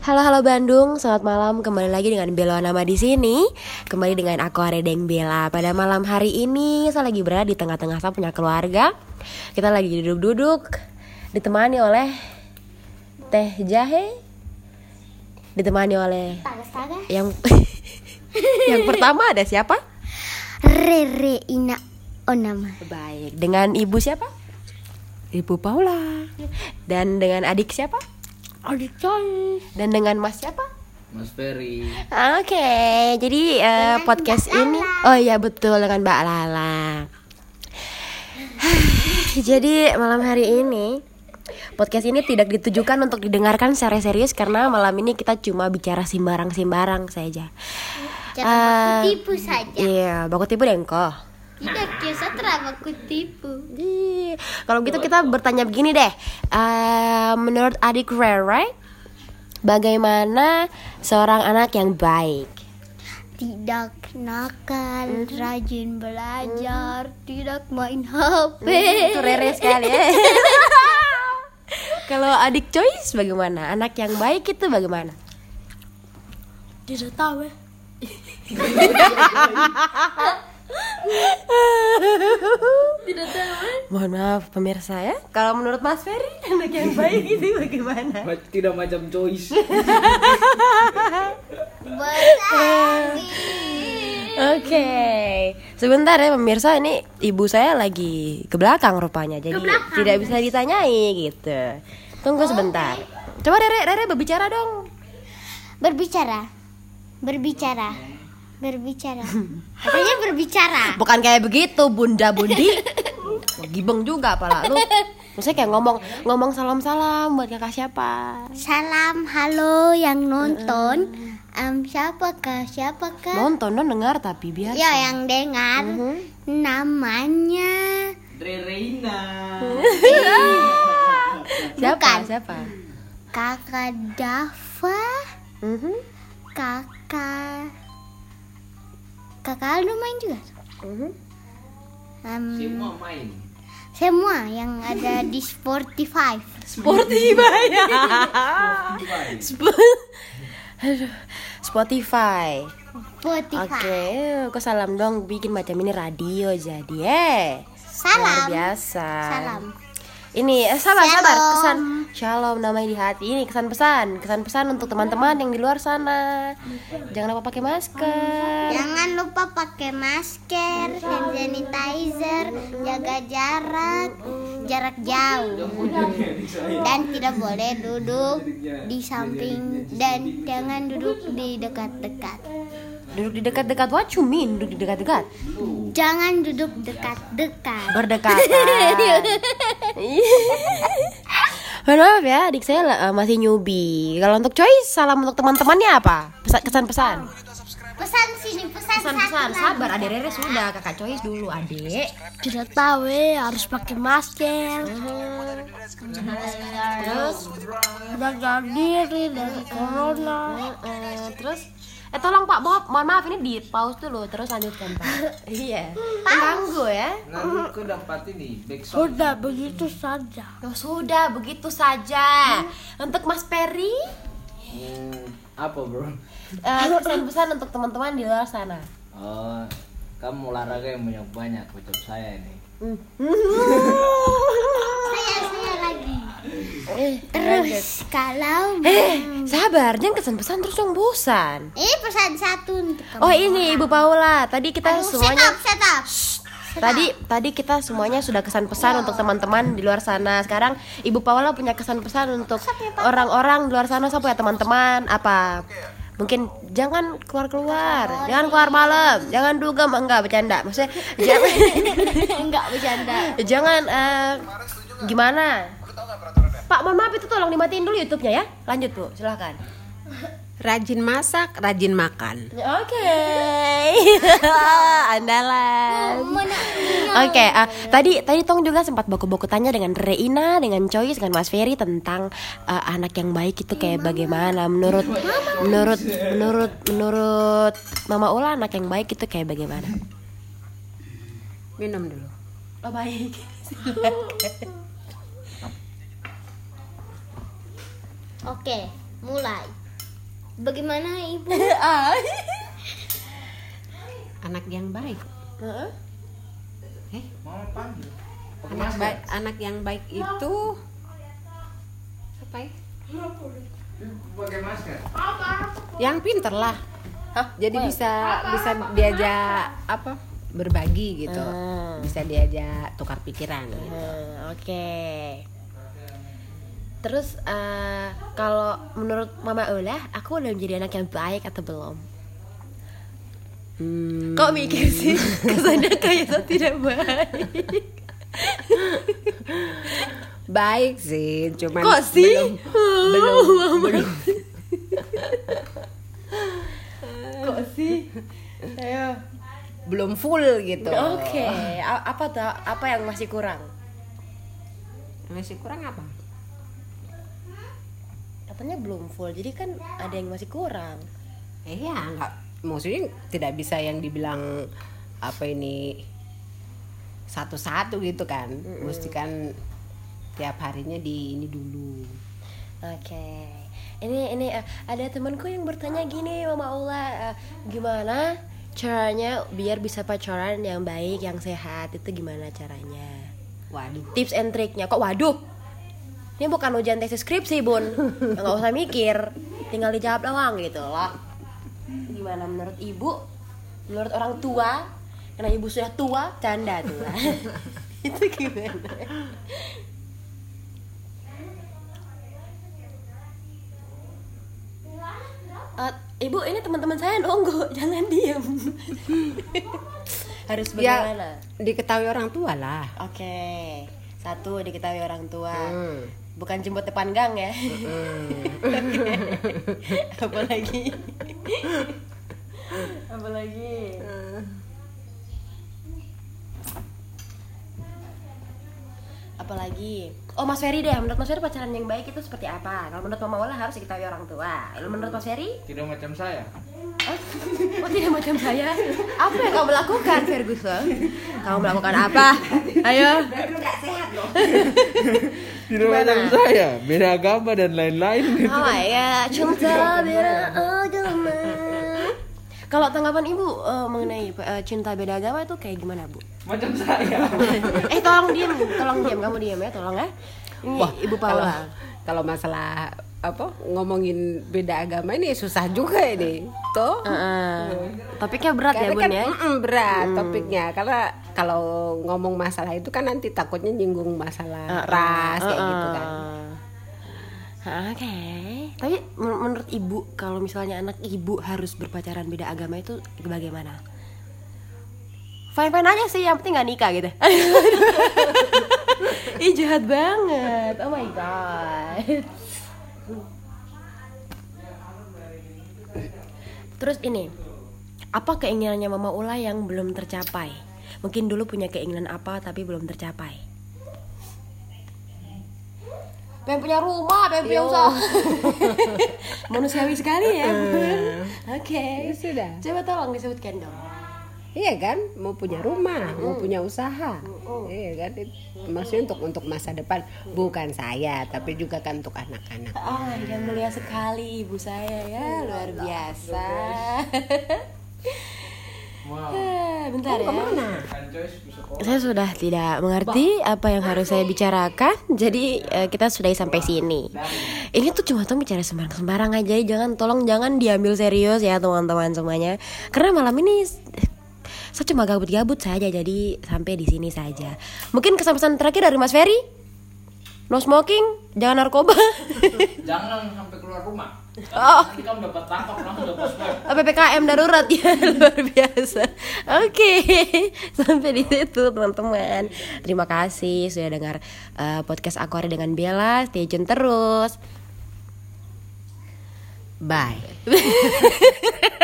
Halo Bandung, selamat malam. Kembali lagi dengan Bella Nama di sini. Kembali dengan aku Aredeng Bella. Pada malam hari ini saya lagi berada di tengah-tengah saya punya keluarga. Kita lagi duduk-duduk, ditemani oleh teh jahe, ditemani oleh yang yang pertama ada siapa? Rere Ina Onama. Baik, dengan ibu siapa? Ibu Paula. Dan dengan adik siapa? Adik Coy. Dan dengan mas siapa? Mas Ferry. Oke, jadi podcast ini, oh iya betul, dengan Mbak Lala. Jadi malam hari ini podcast ini tidak ditujukan untuk didengarkan secara serius karena malam ini kita cuma bicara simbarang-simbarang saja. Jangan baku tipu saja. Iya, baku tipu deh engkau. Tidak biasa baku tipu. Kalau gitu kita bertanya begini deh. Menurut adik Rere, bagaimana seorang anak yang baik? Tidak nakal, rajin belajar, tidak main HP. Itu Rere sekali ya. Kalau adik Joyce bagaimana? Anak yang baik itu bagaimana? Tidak tahu ya. Tidak tahu. Mohon maaf pemirsa ya. Kalau menurut Mas Ferry, anak yang baik itu bagaimana? Tidak macam Joyce. Oke. Sebentar ya pemirsa, ini ibu saya lagi ke belakang rupanya. Jadi tidak bisa ditanyai gitu. Tunggu sebentar. Coba Rere berbicara dong. Berbicara. Katanya berbicara. Bukan kayak begitu, Bunda Bundi. Gibeng juga pala lu. Maksudnya kayak ngomong salam-salam buat kakak siapa? Salam, halo yang nonton. Siapakah? Nonton dong, dengar tapi biasa. Ya, yang dengar. Namanya Reina. Bukan. Siapa? Kakak Dava. Kakak Aldo main juga. Semua main. Semua yang ada di Spotify. Spotify. Spotify. Oke, aku salam dong, bikin macam ini radio jadi luar Salam. biasa. Salam. Ini sabar Shalom. kesan shalom namanya di hati. Ini kesan pesan untuk teman-teman yang di luar sana. Jangan lupa pakai masker. Jangan lupa pakai masker, hand sanitizer, jaga jarak jauh. Dan tidak boleh duduk di samping dan jangan duduk di dekat-dekat. Duduk di dekat-dekat, what you mean? Duduk di dekat-dekat? Jangan duduk dekat-dekat. Berdekatan. Mohon maaf ya, adik saya masih newbie. Kalau untuk Choice, salam untuk teman-temannya apa? Kesan-pesan. Pesan sini, pesan satu Sabar, adik Rere sudah, kakak Choice dulu, adik. Tidak tahu harus pakai masker. Terus, Jaga diri dari corona. terus, tolong Pak Bob, mohon maaf ini di pause dulu, terus lanjutkan Pak. Iya, mengganggu ya. Nah, aku dapat ini backsound. Sudah begitu saja. Oh, sudah begitu saja. Untuk Mas Ferry, Apa bro? pesan-pesan untuk teman-teman di luar sana. Oh, kamu olahraga yang banyak macam saya ini. Saya lagi. Lanjut. Terus kalau Sabar, jangan kesan-pesan terus dong, bosan. pesan satu untuk kamu. Oh ini Ibu Paula, tadi kita semuanya Set up. Tadi kita semuanya sudah kesan-pesan untuk teman-teman di luar sana. Sekarang Ibu Paula punya kesan-pesan untuk orang-orang di luar sana. Siapa ya teman-teman? Apa? Mungkin jangan keluar-keluar, jangan keluar malam, jangan dugem, enggak bercanda. Maksudnya jangan Enggak bercanda. jangan gimana? Pak, mohon maaf itu tolong dimatiin dulu YouTube-nya ya. Lanjut Bu, silahkan. Rajin masak, rajin makan. Oke. Andalan. Oke, tadi Tong juga sempat baku-baku tanya dengan Reina, dengan Choice, dengan Mas Ferry tentang anak yang baik itu kayak bagaimana menurut Mama Ula, anak yang baik itu kayak bagaimana? Minum dulu. Oh, baik. Oke, mulai. Bagaimana ibu? Anak yang baik. Heeh. Mama panggil. Anak yang baik itu apa ya? Pakai masker. Yang pinter lah. Jadi bisa diajak apa? Berbagi gitu. Bisa diajak tukar pikiran. Oke. Terus kalau menurut Mama Ulah, aku udah menjadi anak yang baik atau belum? Kok mikir sih? Kesannya kayak saya tidak baik. Baik sih, cuman Kok sih? belum. Kok sih? Ayo. Belum full gitu. Oke. Apa yang masih kurang? Masih kurang apa? Katanya belum full, jadi kan ada yang masih kurang. Iya, nggak, maksudnya tidak bisa yang dibilang apa ini satu-satu gitu kan. Mesti kan tiap harinya di ini dulu. Oke. Ini ada temanku yang bertanya gini, Mama Ula, gimana caranya biar bisa pacaran yang baik, yang sehat? Itu gimana caranya? Waduh. Tips and triknya. Kok waduh? Ini bukan ujian tesis skripsi, Bun. Nggak usah mikir, tinggal dijawab doang gitu loh. Gimana menurut ibu? Menurut orang tua? Karena ibu sudah tua, canda tua. Itu gimana? Ibu, ini teman-teman saya nunggu, jangan diem. Harus bagaimana? Ya, diketahui orang tua lah. Oke. 1, diketahui orang tua. Bukan jemput depan gang ya. Apalagi oh, Mas Ferry deh, menurut Mas Ferry pacaran yang baik itu seperti apa? Kalau menurut Mama Ola harus diketahui orang tua. Kalau menurut Mas Ferry? Tidak macam saya. Oh, tidak macam saya. Apa yang kamu lakukan, Ferguson? Kamu melakukan apa? Ayo. Tidak macam saya, beda agama dan lain-lain gitu. Oh ya, cinta beda agama. Kalau tanggapan ibu mengenai cinta beda agama itu kayak gimana, Bu? Macam saya. Tolong diam, kamu diam ya, tolong ya. Ini Wah, Ibu Paula. Kalau masalah apa ngomongin beda agama ini susah juga ini. Tuh. Topiknya berat ya, Bun kan, ya? Berat topiknya karena kalau ngomong masalah itu kan nanti takutnya nyinggung masalah ras kayak gitu kan. Oke. Tapi menurut ibu, kalau misalnya anak ibu harus berpacaran beda agama itu bagaimana? Fine-fine aja sih, yang penting gak nikah gitu. Ih, jahat banget. Oh my god. Terus ini, apa keinginannya Mama Ula yang belum tercapai? Mungkin dulu punya keinginan apa tapi belum tercapai. Pengen punya rumah, pengen punya usaha. Manusiawi sekali ya, Bun. Oke. Ya sudah. Coba tolong disebutkan dong. Iya kan, mau punya rumah, mau punya usaha, iya kan, maksudnya untuk masa depan bukan saya, tapi juga kan untuk anak-anak. Oh, yang mulia sekali ibu saya ya, luar biasa. Bentar ya. Saya sudah tidak mengerti apa yang harus saya bicarakan, jadi kita sudah sampai sini. Ini tuh cuma bicara sembarang aja, tolong jangan diambil serius ya teman-teman semuanya. Karena malam ini saya cuma gabut-gabut saja, jadi sampai di sini saja. Mungkin kesan-pesan terakhir dari Mas Ferry? No smoking, jangan narkoba. Jangan sampai keluar rumah. Oh, Nanti kamu dapat tangkap langsung dapat swab. PPKM darurat ya, luar biasa. Oke, sampai di situ teman-teman. Terima kasih sudah dengar podcast Aquari dengan Bella. Stay tune terus. Bye.